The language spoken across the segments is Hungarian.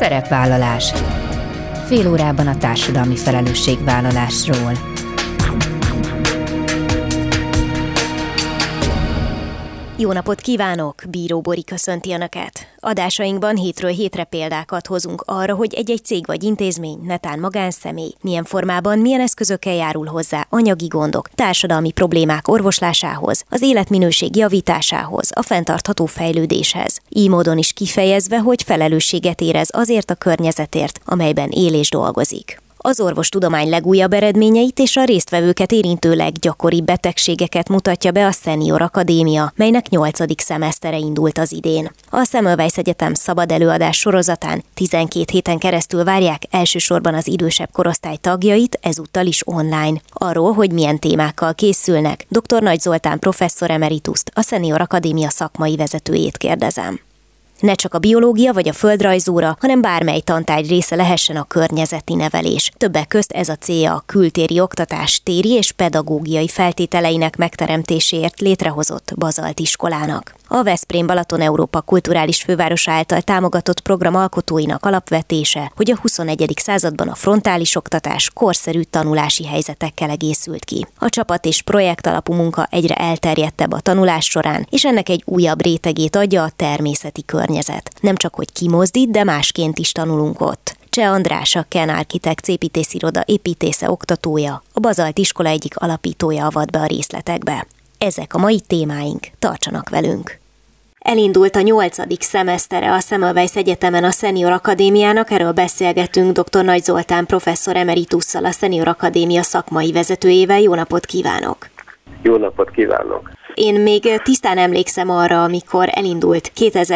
Szerepvállalás. Fél órában a társadalmi felelősségvállalásról. Jó napot kívánok! Bíró Bori köszönti Önöket. Adásainkban hétről hétre példákat hozunk arra, hogy egy-egy cég vagy intézmény, netán magánszemély, milyen formában, milyen eszközökkel járul hozzá anyagi gondok, társadalmi problémák orvoslásához, az életminőség javításához, a fenntartható fejlődéshez. Így módon is kifejezve, hogy felelősséget érez azért a környezetért, amelyben él és dolgozik. Az orvostudomány legújabb eredményeit és a résztvevőket érintő leggyakoribb betegségeket mutatja be a Senior Akadémia, melynek 8. szemesztere indult az idén. A Semmelweis Egyetem szabad előadás sorozatán 12 héten keresztül várják elsősorban az idősebb korosztály tagjait, ezúttal is online. Arról, hogy milyen témákkal készülnek, dr. Nagy Zoltán professzor emerituszt, a Senior Akadémia szakmai vezetőjét kérdezem. Ne csak a biológia vagy a földrajzóra, hanem bármely tantárgy része lehessen a környezeti nevelés. Többek közt ez a célja a kültéri oktatás téri és pedagógiai feltételeinek megteremtéséért létrehozott Bazalt iskolának. A Veszprém Balaton Európa kulturális fővárosa által támogatott program alkotóinak alapvetése, hogy a 21. században a frontális oktatás korszerű tanulási helyzetekkel egészült ki. A csapat és projekt alapú munka egyre elterjedtebb a tanulás során, és ennek egy újabb rétegét adja a természeti környezet. Nem csak hogy kimozdít, de másként is tanulunk ott. Cseh András, a Ken Architects építésziroda építésze oktatója, a Bazalt iskola egyik alapítója avat be a részletekbe. Ezek a mai témáink, tartsanak velünk! Elindult a 8. szemesztere a Semmelweis Egyetemen a Senior Akadémiának, erről beszélgetünk dr. Nagy Zoltán professzor emeritusszal, a Senior Akadémia szakmai vezetőjével. Jó napot kívánok! Jó napot kívánok! Én még tisztán emlékszem arra, amikor elindult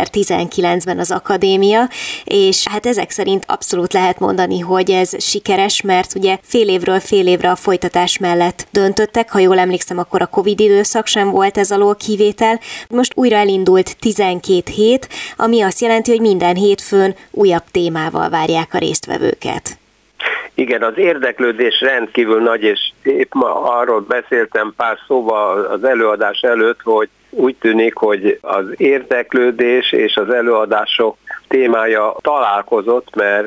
2019-ben az akadémia, és hát ezek szerint abszolút lehet mondani, hogy ez sikeres, mert ugye fél évre a folytatás mellett döntöttek, ha jól emlékszem, akkor a Covid időszak sem volt ez alól kivétel. Most újra elindult 12 hét, ami azt jelenti, hogy minden hétfőn újabb témával várják a résztvevőket. Igen, az érdeklődés rendkívül nagy, és épp ma arról beszéltem pár szóval az előadás előtt, hogy úgy tűnik, hogy az érdeklődés és az előadások témája találkozott, mert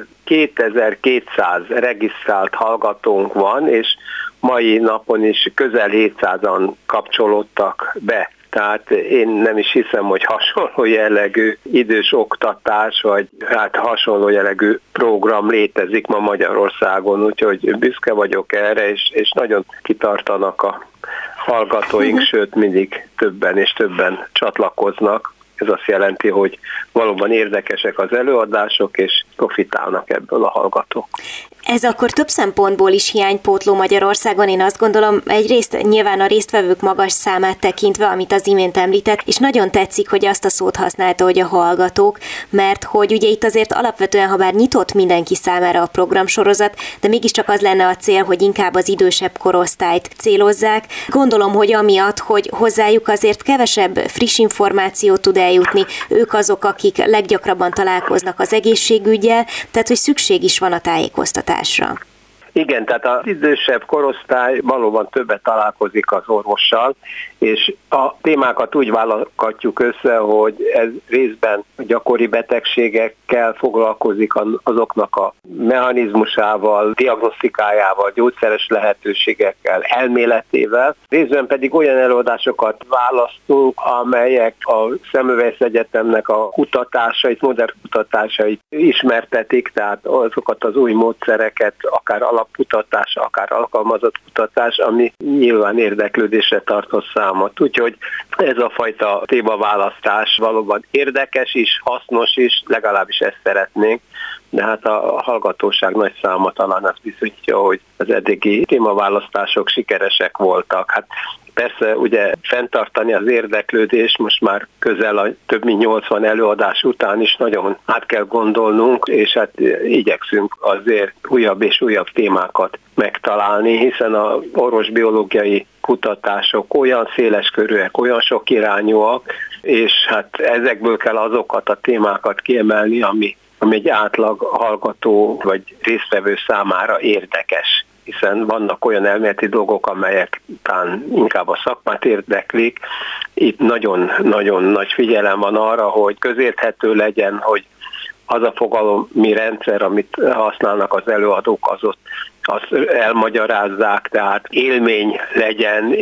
2200 regisztrált hallgatónk van, és mai napon is közel 700-an kapcsolódtak be. Tehát én nem is hiszem, hogy hasonló jellegű idős oktatás, vagy hát hasonló jellegű program létezik ma Magyarországon, úgyhogy büszke vagyok erre, és nagyon kitartanak a hallgatóink, sőt mindig többen és többen csatlakoznak. Ez azt jelenti, hogy valóban érdekesek az előadások, és profitálnak ebből a hallgatók. Ez akkor több szempontból is hiánypótló Magyarországon, én azt gondolom, egyrészt nyilván a résztvevők magas számát tekintve, amit az imént említett, és nagyon tetszik, hogy azt a szót használta, hogy a hallgatók, mert hogy ugye itt azért alapvetően, ha bár nyitott mindenki számára a programsorozat, de mégiscsak az lenne a cél, hogy inkább az idősebb korosztályt célozzák. Gondolom, hogy amiatt, hogy hozzájuk azért kevesebb friss információ tud eljutni, ők azok, akik leggyakrabban találkoznak az egészségüggyel, tehát hogy szükség is van a tájékoztatásra. Igen, tehát az idősebb korosztály valóban többet találkozik az orvossal, és a témákat úgy válogatjuk össze, hogy ez részben gyakori betegségekkel foglalkozik, azoknak a mechanizmusával, diagnosztikájával, gyógyszeres lehetőségekkel, elméletével. Részben pedig olyan előadásokat választunk, amelyek a Semmelweis Egyetemnek a kutatásait, modern kutatásait ismertetik, tehát azokat az új módszereket, akár alapkutatás, akár alkalmazott kutatás, ami nyilván érdeklődésre tartott számot. Úgyhogy ez a fajta témaválasztás valóban érdekes is, hasznos is, legalábbis ezt szeretnénk, de hát a hallgatóság nagy száma talán azt bizonyítja, hogy az eddigi témaválasztások sikeresek voltak. Hát persze ugye fenntartani az érdeklődést most már közel a több mint 80 előadás után is nagyon át kell gondolnunk, és hát igyekszünk azért újabb és újabb témákat megtalálni, hiszen az orvosbiológiai kutatások olyan széleskörűek, olyan sok irányúak, és hát ezekből kell azokat a témákat kiemelni, ami egy átlag hallgató vagy résztvevő számára érdekes. Hiszen vannak olyan elméleti dolgok, amelyek talán inkább a szakmát érdeklik. Itt nagyon-nagyon nagy figyelem van arra, hogy közérthető legyen, hogy az a fogalomi rendszer, amit használnak az előadók, azt elmagyarázzák, tehát élmény legyen,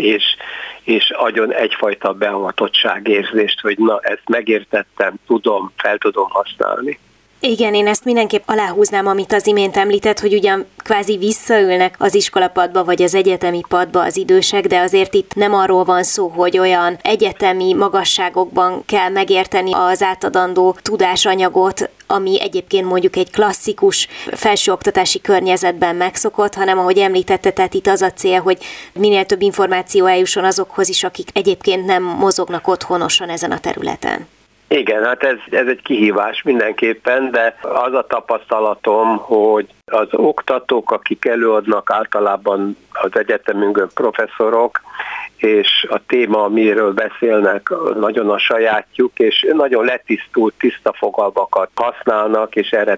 és adjon egyfajta beavatottságérzést, hogy na, ezt megértettem, tudom, fel tudom használni. Igen, én ezt mindenképp aláhúznám, amit az imént említett, hogy ugyan kvázi visszaülnek az iskolapadba vagy az egyetemi padba az idősek, de azért itt nem arról van szó, hogy olyan egyetemi magasságokban kell megérteni az átadandó tudásanyagot, ami egyébként mondjuk egy klasszikus felsőoktatási környezetben megszokott, hanem ahogy említette, tehát itt az a cél, hogy minél több információ eljusson azokhoz is, akik egyébként nem mozognak otthonosan ezen a területen. Igen, hát ez egy kihívás mindenképpen, de az a tapasztalatom, hogy az oktatók, akik előadnak, általában az egyetemünkön professzorok, és a téma, amiről beszélnek, nagyon a sajátjuk, és nagyon letisztult, tiszta fogalmakat használnak, és erre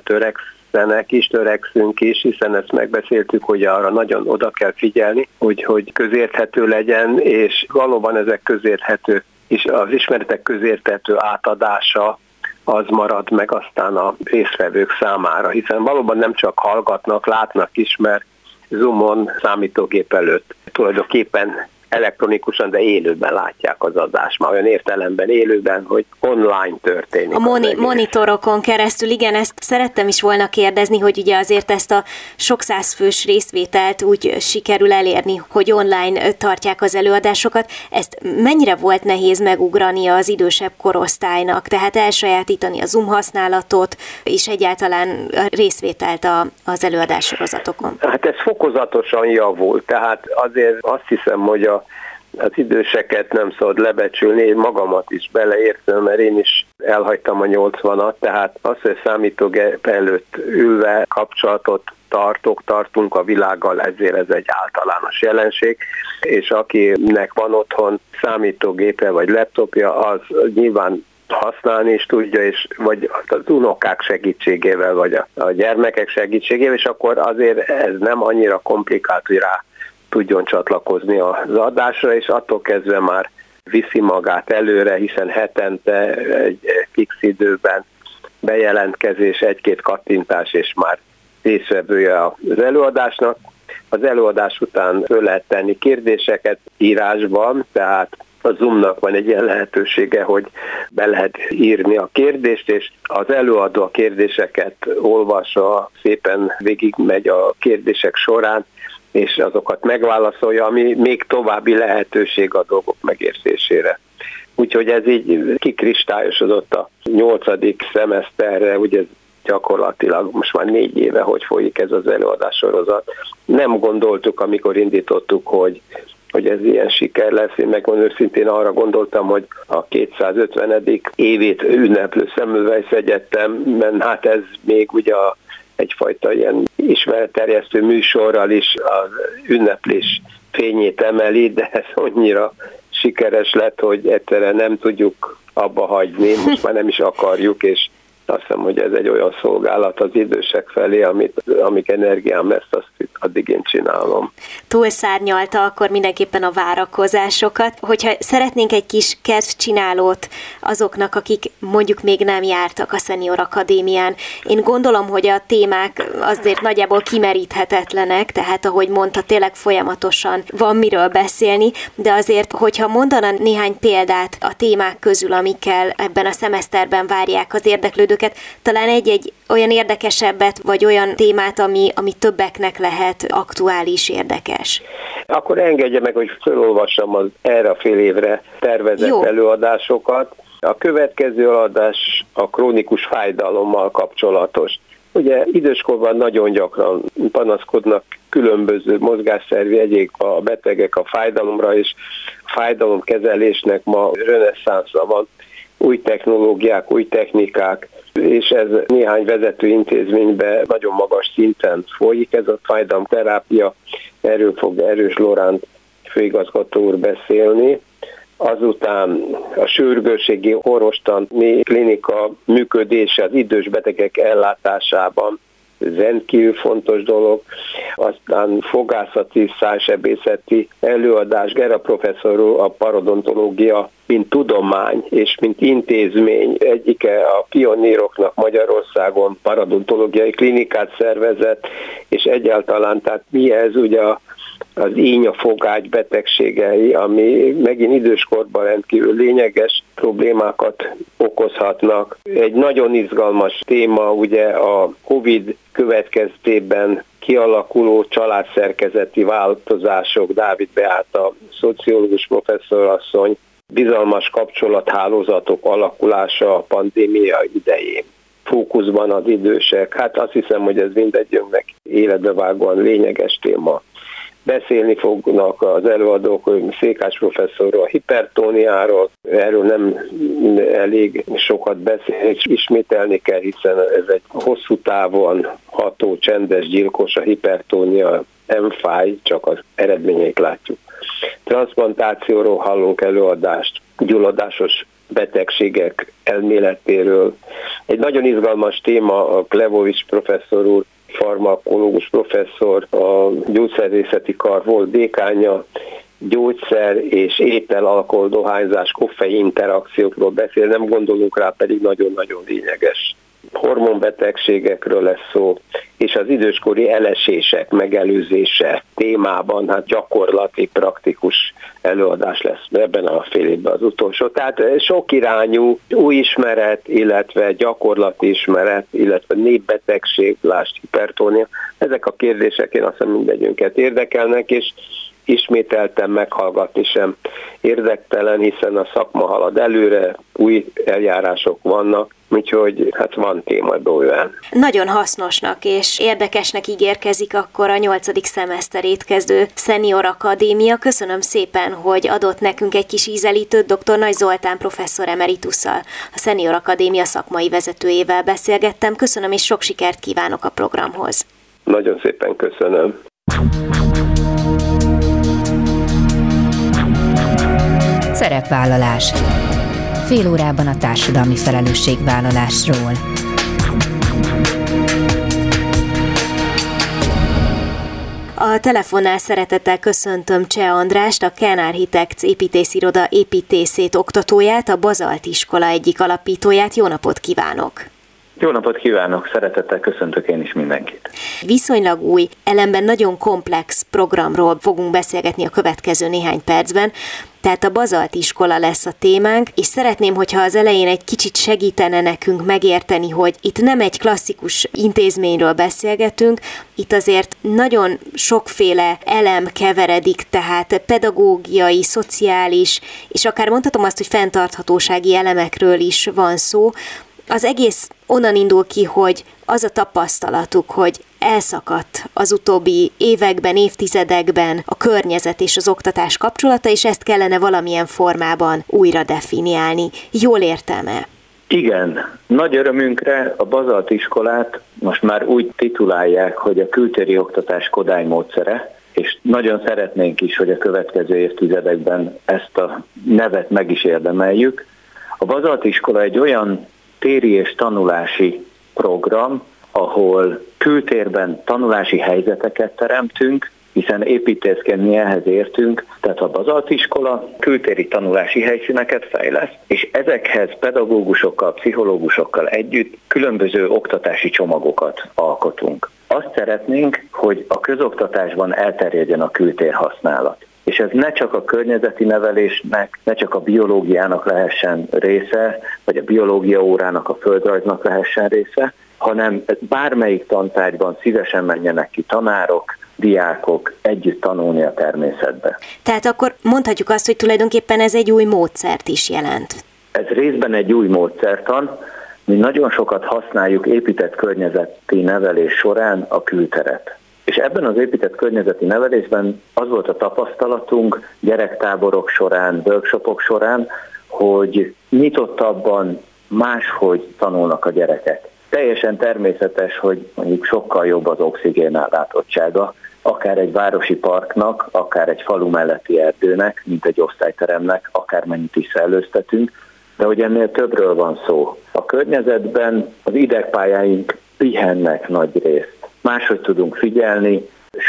törekszünk is, hiszen ezt megbeszéltük, hogy arra nagyon oda kell figyelni, hogy közérthető legyen, és valóban ezek közérthető, és az ismeretek közérthető átadása az marad meg aztán a résztvevők számára, hiszen valóban nem csak hallgatnak, látnak is, mert Zoomon, számítógép előtt tulajdonképpen elektronikusan, de élőben látják az adást, már olyan értelemben élőben, hogy online történik. A monitorokon keresztül, igen, ezt szerettem is volna kérdezni, hogy ugye azért ezt a sok százfős részvételt úgy sikerül elérni, hogy online tartják az előadásokat. Ezt mennyire volt nehéz megugrani az idősebb korosztálynak, tehát elsajátítani a Zoom használatot, és egyáltalán a részvételt az előadássorozatokon? Hát ez fokozatosan javult, tehát azért azt hiszem, hogy az időseket nem szabad lebecsülni, én magamat is beleértem, mert én is elhagytam a 80-at, tehát az, hogy számítógép előtt ülve kapcsolatot tartunk a világgal, ezért ez egy általános jelenség, és akinek van otthon számítógépe vagy laptopja, az nyilván használni is tudja, és vagy az unokák segítségével, vagy a gyermekek segítségével, és akkor azért ez nem annyira komplikált, hogy rá tudjon csatlakozni az adásra, és attól kezdve már viszi magát előre, hiszen hetente egy fix időben bejelentkezés, egy-két kattintás, és már résztvevője az előadásnak. Az előadás után föl lehet tenni kérdéseket írásban, tehát a Zoomnak van egy ilyen lehetősége, hogy be lehet írni a kérdést, és az előadó a kérdéseket olvassa, szépen végigmegy a kérdések során, és azokat megválaszolja, ami még további lehetőség a dolgok megértésére. Úgyhogy ez így kikristályosodott a 8. szemeszterre, ugye gyakorlatilag most már 4 éve, hogy folyik ez az előadássorozat. Nem gondoltuk, amikor indítottuk, hogy ez ilyen siker lesz. Én megmondom őszintén arra gondoltam, hogy a 250. évét ünneplő Semmelweis Egyetemben, hát ez még ugye egyfajta ilyen ismeretterjesztő műsorral is az ünneplés fényét emeli, de ez annyira sikeres lett, hogy egyszerűen nem tudjuk abba hagyni, most már nem is akarjuk, és azt hiszem, hogy ez egy olyan szolgálat az idősek felé, amik energiám lesz, azt addig én csinálom. Túlszárnyalta akkor mindenképpen a várakozásokat. Hogyha szeretnénk egy kis kedvcsinálót azoknak, akik mondjuk még nem jártak a Senior Akadémián, én gondolom, hogy a témák azért nagyjából kimeríthetetlenek, tehát ahogy mondta, tényleg folyamatosan van miről beszélni, de azért, hogyha mondana néhány példát a témák közül, amikkel ebben a szemeszterben várják az érdeklődőket, talán egy olyan érdekesebbet, vagy olyan témát, ami többeknek lehet aktuális, érdekes. Akkor engedje meg, hogy felolvassam az erre a fél évre tervezett előadásokat. A következő előadás a krónikus fájdalommal kapcsolatos. Ugye időskorban nagyon gyakran panaszkodnak különböző mozgásszervi jegyek a betegek a fájdalomra, és a fájdalomkezelésnek ma reneszánsza van. Új technológiák, új technikák, és ez néhány vezető intézményben nagyon magas szinten folyik ez a fájdalomterápia. Erről fog Erős Loránd főigazgató úr beszélni. Azután a sürgősségi orvostani klinika működése az idős betegek ellátásában rendkívül fontos dolog. Aztán fogászati, szájsebészeti előadás, Gera professzor a parodontológia mint tudomány és mint intézmény egyike a pioníroknak Magyarországon parodontológiai klinikát szervezett, és egyáltalán, tehát mi ez ugye az ínya-fogágy betegségei, ami megint időskorban rendkívül lényeges problémákat okozhatnak. Egy nagyon izgalmas téma ugye a Covid következtében kialakuló családszerkezeti változások. Dávid Beáta, szociológus professzorasszony, bizalmas kapcsolathálózatok alakulása a pandémia idején. Fókuszban az idősek. Hát azt hiszem, hogy ez mindegyünknek életbevágóan lényeges téma. Beszélni fognak az előadók Székás professzorról, a hipertóniáról, erről nem elég sokat beszélni, és ismételni kell, hiszen ez egy hosszú távon ható, csendes gyilkos, a hipertónia nem fáj, csak az eredményeit látjuk. Transzplantációról hallunk előadást, gyulladásos betegségek elméletéről. Egy nagyon izgalmas téma, a Klevovics professzor úr, farmakológus professzor, a gyógyszerészeti kar volt dékánja, gyógyszer és étel, alkohol, dohányzás, koffein interakciókról beszél, nem gondolunk rá, pedig nagyon-nagyon lényeges. Hormonbetegségekről lesz szó, és az időskori elesések megelőzése témában, hát gyakorlati, praktikus előadás lesz ebben a fél évben az utolsó. Tehát sok irányú új ismeret, illetve gyakorlati ismeret, illetve népbetegség, lásd hipertónia. Ezek a kérdések én azt hiszem mindegyünket érdekelnek, és ismételten meghallgatni sem érdektelen, hiszen a szakma halad előre, új eljárások vannak, úgyhogy hát van téma bőven. Nagyon hasznosnak és érdekesnek ígérkezik akkor a 8. szemeszterét kezdő Senior Akadémia. Köszönöm szépen, hogy adott nekünk egy kis ízelítőt. Dr. Nagy Zoltán professzor emeritusszal, a Senior Akadémia szakmai vezetőjével beszélgettem. Köszönöm, és sok sikert kívánok a programhoz. Nagyon szépen köszönöm. Szerepvállalás. Fél órában a társadalmi felelősségvállalásról. A telefonnál szeretettel köszöntöm Cseh Andrást, a Ken Architects építésziroda építészét oktatóját, a Bazalt iskola egyik alapítóját. Jó napot kívánok! Jó napot kívánok, szeretettel köszöntök én is mindenkit. Viszonylag új, ellenben nagyon komplex programról fogunk beszélgetni a következő néhány percben, tehát a Bazalt iskola lesz a témánk, és szeretném, hogyha az elején egy kicsit segítene nekünk megérteni, hogy itt nem egy klasszikus intézményről beszélgetünk, itt azért nagyon sokféle elem keveredik, tehát pedagógiai, szociális, és akár mondhatom azt, hogy fenntarthatósági elemekről is van szó. Az egész onnan indul ki, hogy az a tapasztalatuk, hogy elszakadt az utóbbi években, évtizedekben a környezet és az oktatás kapcsolata, és ezt kellene valamilyen formában újra definiálni. Jól értem-e? Igen, nagy örömünkre a Bazalt iskolát most már úgy titulálják, hogy a kültéri oktatás Kodály módszere, és nagyon szeretnénk is, hogy a következő évtizedekben ezt a nevet meg is érdemeljük. A Bazalt iskola egy olyan téri és tanulási program, ahol kültérben tanulási helyzeteket teremtünk, hiszen építészként mi ehhez értünk, tehát a Bazalt iskola kültéri tanulási helyszíneket fejleszt, és ezekhez pedagógusokkal, pszichológusokkal együtt különböző oktatási csomagokat alkotunk. Azt szeretnénk, hogy a közoktatásban elterjedjen a kültér használat. És ez ne csak a környezeti nevelésnek, ne csak a biológiának lehessen része, vagy a biológia órának, a földrajznak lehessen része, hanem bármelyik tantárgyban szívesen menjenek ki tanárok, diákok együtt tanulni a természetbe. Tehát akkor mondhatjuk azt, hogy tulajdonképpen ez egy új módszert is jelent. Ez részben egy új módszertan, mi nagyon sokat használjuk épített környezeti nevelés során a külteret. És ebben az épített környezeti nevelésben az volt a tapasztalatunk gyerektáborok során, workshopok során, hogy nyitottabban máshogy tanulnak a gyerekek. Teljesen természetes, hogy mondjuk sokkal jobb az oxigénállátottsága, akár egy városi parknak, akár egy falu melletti erdőnek, mint egy osztályteremnek, akármennyit is szellőztetünk, de hogy ennél többről van szó. A környezetben az idegpályáink pihennek nagy részt. Máshogy tudunk figyelni,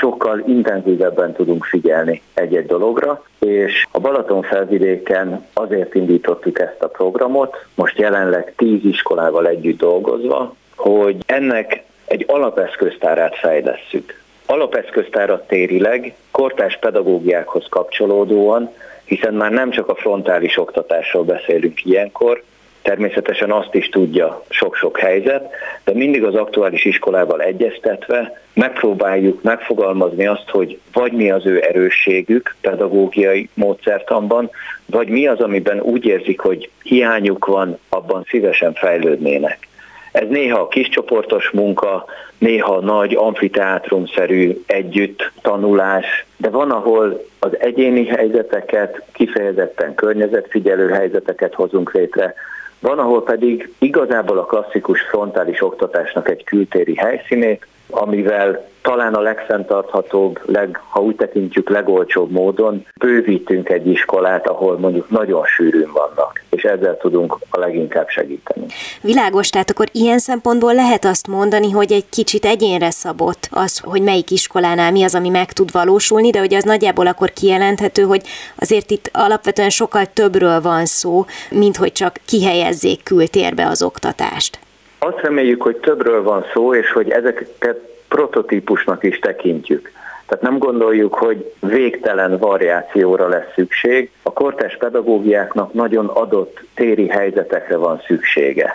sokkal intenzívebben tudunk figyelni egy-egy dologra, és a Balatonfelvidéken azért indítottuk ezt a programot, most jelenleg 10 iskolával együtt dolgozva, hogy ennek egy alapeszköztárát fejlesszük. Alapeszköztárat térileg, kortárs pedagógiákhoz kapcsolódóan, hiszen már nem csak a frontális oktatásról beszélünk ilyenkor, természetesen azt is tudja sok-sok helyzet, de mindig az aktuális iskolával egyeztetve megpróbáljuk megfogalmazni azt, hogy vagy mi az ő erősségük pedagógiai módszertanban, vagy mi az, amiben úgy érzik, hogy hiányuk van, abban szívesen fejlődnének. Ez néha a kiscsoportos munka, néha nagy amfiteátrumszerű együtt tanulás, de van, ahol az egyéni helyzeteket, kifejezetten környezetfigyelő helyzeteket hozunk létre, van, ahol pedig igazából a klasszikus frontális oktatásnak egy kültéri helyszínét, amivel talán a legfenntarthatóbb, ha úgy tekintjük, legolcsóbb módon bővítünk egy iskolát, ahol mondjuk nagyon sűrűn vannak, és ezzel tudunk a leginkább segíteni. Világos, tehát akkor ilyen szempontból lehet azt mondani, hogy egy kicsit egyénre szabott az, hogy melyik iskolánál mi az, ami meg tud valósulni, de hogy az nagyjából akkor kijelenthető, hogy azért itt alapvetően sokkal többről van szó, mint hogy csak kihelyezzék kültérbe az oktatást. Azt reméljük, hogy többről van szó, és hogy ezeket prototípusnak is tekintjük. Tehát nem gondoljuk, hogy végtelen variációra lesz szükség. A kortárs pedagógiáknak nagyon adott téri helyzetekre van szüksége.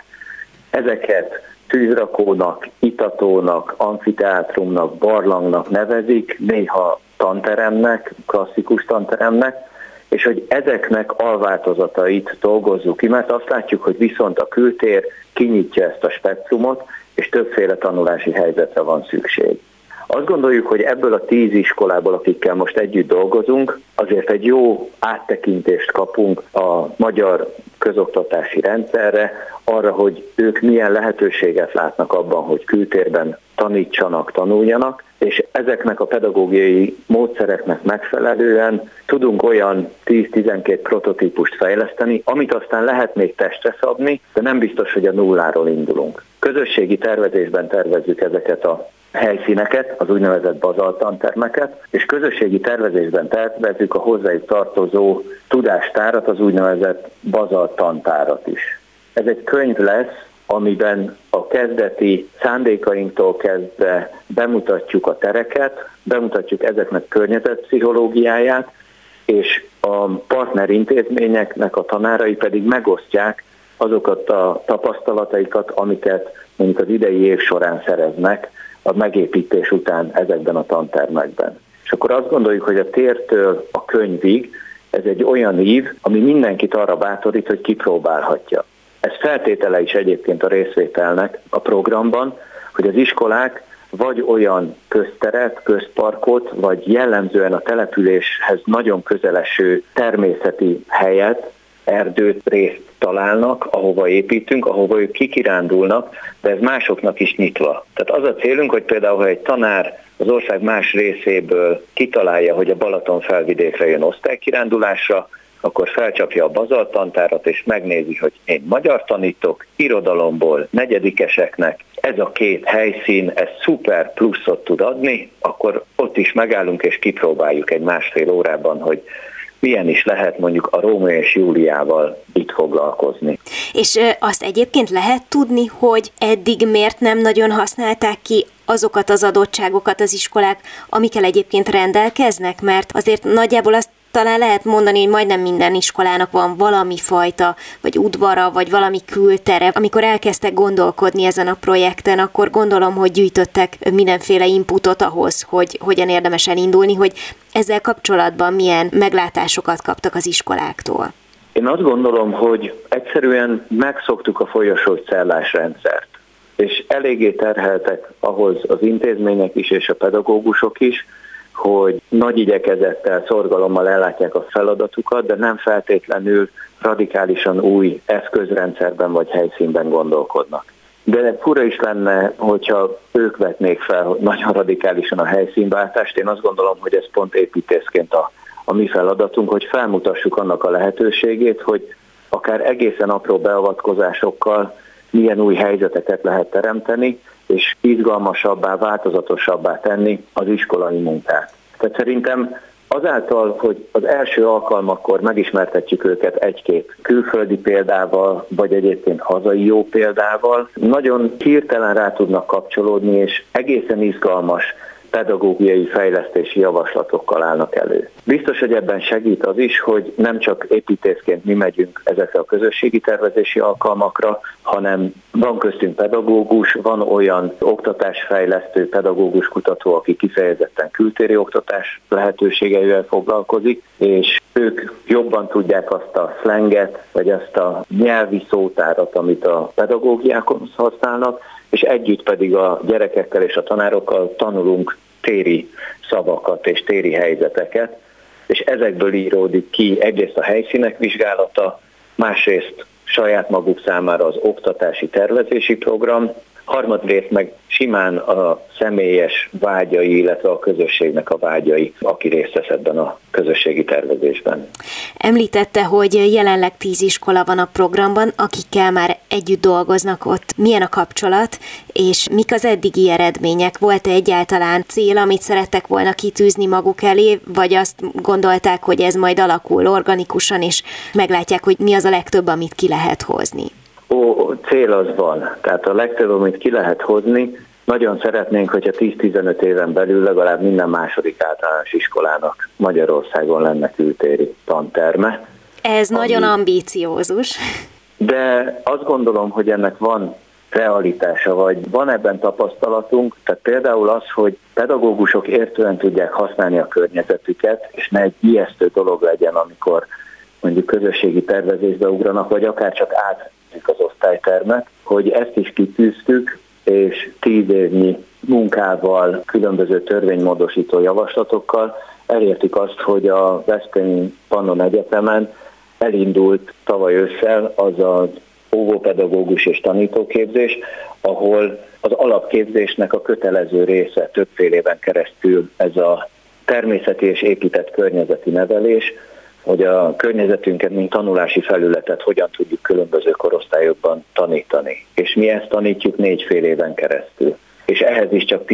Ezeket tűzrakónak, itatónak, amfiteátrumnak, barlangnak nevezik, néha tanteremnek, klasszikus tanteremnek, és hogy ezeknek alváltozatait dolgozzuk ki, mert azt látjuk, hogy viszont a kültér kinyitja ezt a spektrumot, és többféle tanulási helyzetre van szükség. Azt gondoljuk, hogy ebből a 10 iskolából, akikkel most együtt dolgozunk, azért egy jó áttekintést kapunk a magyar közoktatási rendszerre, arra, hogy ők milyen lehetőséget látnak abban, hogy kültérben tanítsanak, tanuljanak, és ezeknek a pedagógiai módszereknek megfelelően tudunk olyan 10-12 prototípust fejleszteni, amit aztán lehet még testre szabni, de nem biztos, hogy a nulláról indulunk. Közösségi tervezésben tervezzük ezeket a helyszíneket, az úgynevezett bazalttantermeket, és közösségi tervezésben tervezzük a hozzájuk tartozó tudástárat, az úgynevezett bazalttantárat is. Ez egy könyv lesz, amiben a kezdeti szándékainktól kezdve bemutatjuk a tereket, bemutatjuk ezeknek környezetpszichológiáját, és a partnerintézményeknek a tanárai pedig megosztják azokat a tapasztalataikat, amiket mondjuk az idei év során szereznek a megépítés után ezekben a tantermekben. És akkor azt gondoljuk, hogy a tértől a könyvig ez egy olyan ív, ami mindenkit arra bátorít, hogy kipróbálhatja. Ez feltétele is egyébként a részvételnek a programban, hogy az iskolák vagy olyan közteret, közparkot, vagy jellemzően a településhez nagyon közeleső természeti helyet, erdőt, részt találnak, ahova építünk, ahova ők kikirándulnak, de ez másoknak is nyitva. Tehát az a célunk, hogy például, ha egy tanár az ország más részéből kitalálja, hogy a Balatonfelvidékre jön osztálykirándulásra, akkor felcsapja a bazalttantárat, és megnézi, hogy én magyar tanítok, irodalomból negyedikeseknek, ez a 2 helyszín, ez szuper pluszot tud adni, akkor ott is megállunk, és kipróbáljuk egy 1,5 órában, hogy milyen is lehet mondjuk a Rómeó és Júliával itt foglalkozni. És azt egyébként lehet tudni, hogy eddig miért nem nagyon használták ki azokat az adottságokat az iskolák, amikkel egyébként rendelkeznek, mert azért nagyjából azt talán lehet mondani, hogy majdnem minden iskolának van valami fajta, vagy udvara, vagy valami kültere. Amikor elkezdtek gondolkodni ezen a projekten, akkor gondolom, hogy gyűjtöttek mindenféle inputot ahhoz, hogy hogyan érdemes elindulni, hogy ezzel kapcsolatban milyen meglátásokat kaptak az iskoláktól. Én azt gondolom, hogy egyszerűen megszoktuk a folyosós cellásrendszert, és eléggé terheltek ahhoz az intézmények is, és a pedagógusok is, hogy nagy igyekezettel, szorgalommal ellátják a feladatukat, de nem feltétlenül radikálisan új eszközrendszerben vagy helyszínben gondolkodnak. De fura is lenne, hogyha ők vetnék fel nagyon radikálisan a helyszínváltást. Én azt gondolom, hogy ez pont építészként a mi feladatunk, hogy felmutassuk annak a lehetőségét, hogy akár egészen apró beavatkozásokkal milyen új helyzeteket lehet teremteni, és izgalmasabbá, változatosabbá tenni az iskolai munkát. Tehát szerintem azáltal, hogy az első alkalmakkor megismertetjük őket egy-két külföldi példával, vagy egyébként hazai jó példával, nagyon hirtelen rá tudnak kapcsolódni, és egészen izgalmas pedagógiai fejlesztési javaslatokkal állnak elő. Biztos, hogy ebben segít az is, hogy nem csak építészként mi megyünk ezekre a közösségi tervezési alkalmakra, hanem van köztünk pedagógus, van olyan oktatásfejlesztő, pedagógus kutató, aki kifejezetten kültéri oktatás lehetőségeivel foglalkozik, és ők jobban tudják azt a szlenget, vagy azt a nyelvi szótárat, amit a pedagógiákon használnak, és együtt pedig a gyerekekkel és a tanárokkal tanulunk téri szavakat és téri helyzeteket, és ezekből íródik ki egyrészt a helyszínek vizsgálata, másrészt saját maguk számára az oktatási tervezési program, harmadrészt meg simán a személyes vágyai, illetve a közösségnek a vágyai, aki részt vesz ebben a közösségi tervezésben. Említette, hogy jelenleg 10 iskola van a programban, akikkel már együtt dolgoznak ott. Milyen a kapcsolat, és mik az eddigi eredmények? Volt-e egyáltalán cél, amit szerettek volna kitűzni maguk elé, vagy azt gondolták, hogy ez majd alakul organikusan, és meglátják, hogy mi az a legtöbb, amit ki lehet hozni? Cél az van. Tehát a legtöbb, amit ki lehet hozni, nagyon szeretnénk, hogyha 10-15 éven belül legalább minden második általános iskolának Magyarországon lenne kültéri tanterme. Ez nagyon ambíciózus. De azt gondolom, hogy ennek van realitása, vagy van ebben tapasztalatunk, tehát például az, hogy pedagógusok értően tudják használni a környezetüket, és ne egy ijesztő dolog legyen, amikor mondjuk közösségi tervezésbe ugranak, vagy akár csak átnézik az osztálytermet, hogy ezt is kitűztük, és 10 évnyi munkával, különböző törvénymódosító javaslatokkal elértük azt, hogy a Veszprémi Pannon Egyetemen elindult tavaly ősszel az az óvópedagógus és tanítóképzés, ahol az alapképzésnek a kötelező része többféle éven keresztül ez a természeti és épített környezeti nevelés, hogy a környezetünket, mint tanulási felületet hogyan tudjuk különböző korosztályokban tanítani. És mi ezt tanítjuk 4 fél éven keresztül. És ehhez is csak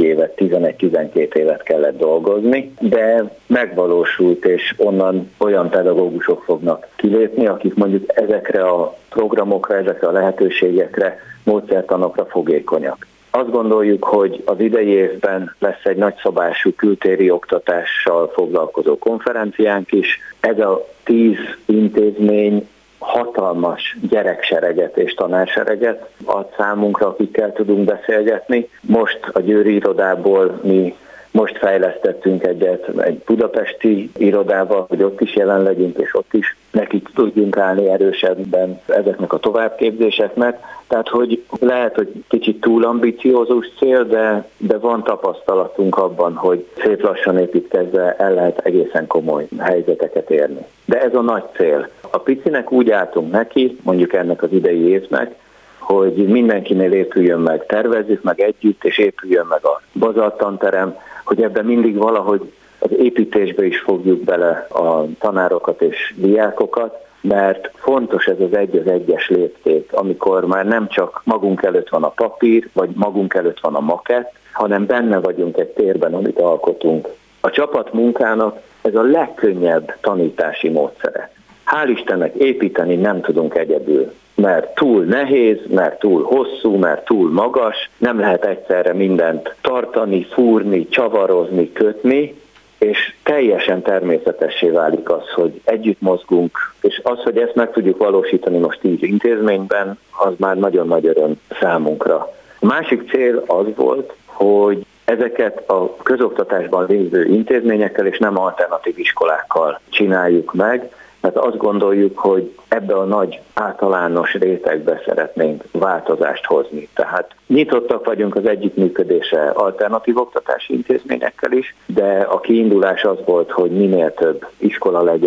11-12 évet kellett dolgozni, de megvalósult, és onnan olyan pedagógusok fognak kilépni, akik mondjuk ezekre a programokra, ezekre a lehetőségekre, módszertanokra fogékonyak. Azt gondoljuk, hogy az idei évben lesz egy nagyszabású kültéri oktatással foglalkozó konferenciánk is. Ez a 10 intézmény hatalmas gyereksereget és tanársereget ad számunkra, akikkel tudunk beszélgetni. Most a győri irodából mi most fejlesztettünk egy budapesti irodával, hogy ott is jelen legyünk, és ott is nekik tudjunk állni erősebben ezeknek a továbbképzéseknek. Tehát, hogy lehet, hogy kicsit túl ambiciózus cél, de van tapasztalatunk abban, hogy szép lassan építkezve el lehet egészen komoly helyzeteket érni. De ez a nagy cél. A picinek úgy álltunk neki, mondjuk ennek az idei évnek, hogy mindenkinél épüljön meg, tervezzük meg együtt, és épüljön meg a bazalttanterem, hogy ebben mindig valahogy az építésbe is fogjuk bele a tanárokat és diákokat, mert fontos ez az egyes lépték, amikor már nem csak magunk előtt van a papír, vagy magunk előtt van a makett, hanem benne vagyunk egy térben, amit alkotunk. A csapatmunkának ez a legkönnyebb tanítási módszere. Hál' Istennek építeni nem tudunk egyedül, mert túl nehéz, mert túl hosszú, mert túl magas, nem lehet egyszerre mindent tartani, fúrni, csavarozni, kötni, és teljesen természetessé válik az, hogy együtt mozgunk, és az, hogy ezt meg tudjuk valósítani most 10 intézményben, az már nagyon nagy öröm számunkra. A másik cél az volt, hogy ezeket a közoktatásban lévő intézményekkel és nem alternatív iskolákkal csináljuk meg, mert azt gondoljuk, hogy ebbe a nagy általános rétegbe szeretnénk változást hozni. Tehát nyitottak vagyunk az együttműködésre alternatív oktatási intézményekkel is, de a kiindulás az volt, hogy minél több iskola legyen,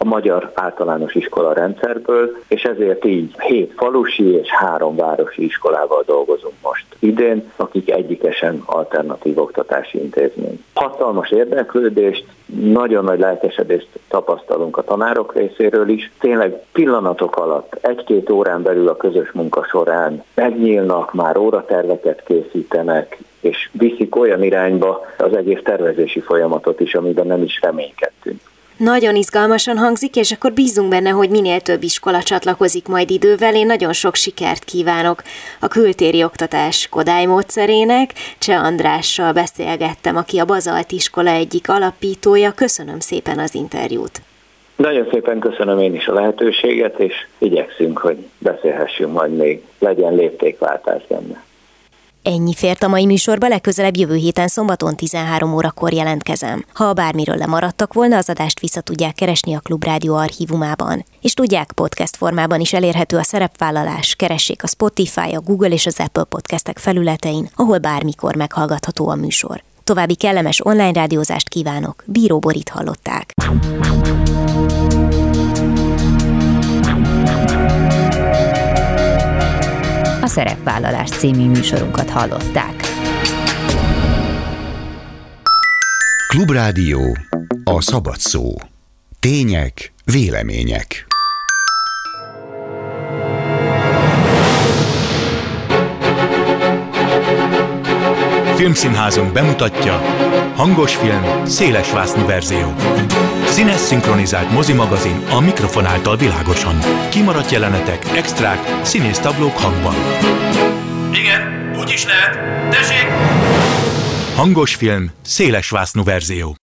a magyar általános iskola rendszerből, és ezért így 7 falusi és 3 városi iskolával dolgozunk most idén, akik egyikesen alternatív oktatási intézmény. Hatalmas érdeklődést, nagyon nagy lelkesedést tapasztalunk a tanárok részéről is. Tényleg pillanatok alatt, 1-2 órán belül a közös munka során megnyílnak, már óraterveket készítenek, és viszik olyan irányba az egész tervezési folyamatot is, amiben nem is reménykedtünk. Nagyon izgalmasan hangzik, és akkor bízunk benne, hogy minél több iskola csatlakozik majd idővel. Én nagyon sok sikert kívánok a kültéri oktatás Kodály módszerének. Cseh Andrással beszélgettem, aki a Bazalt iskola egyik alapítója. Köszönöm szépen az interjút. Nagyon szépen köszönöm én is a lehetőséget, és igyekszünk, hogy beszélhessünk majd még, legyen léptékváltás benne. Ennyi fért a mai műsorba, legközelebb jövő héten szombaton 13 órakor jelentkezem. Ha bármiről lemaradtak volna, az adást vissza tudják keresni a Klubrádió archívumában. És tudják, podcast formában is elérhető a Szerepvállalás, keressék a Spotify, a Google és az Apple podcastek felületein, ahol bármikor meghallgatható a műsor. További kellemes online rádiózást kívánok, Bíró Borit hallották. A Szerepvállalás című műsorunkat hallották. Klubrádió, a szabad szó. Tények, vélemények. Filmszínházunk bemutatja hangos film, szélesvásznú verzió. Színes szinkronizált mozimagazin a mikrofon által világosan. Kimaradt jelenetek, extrák, színésztablók hangban. Igen, úgy is lehet. Tessék! Hangos film, szélesvásznú verzió.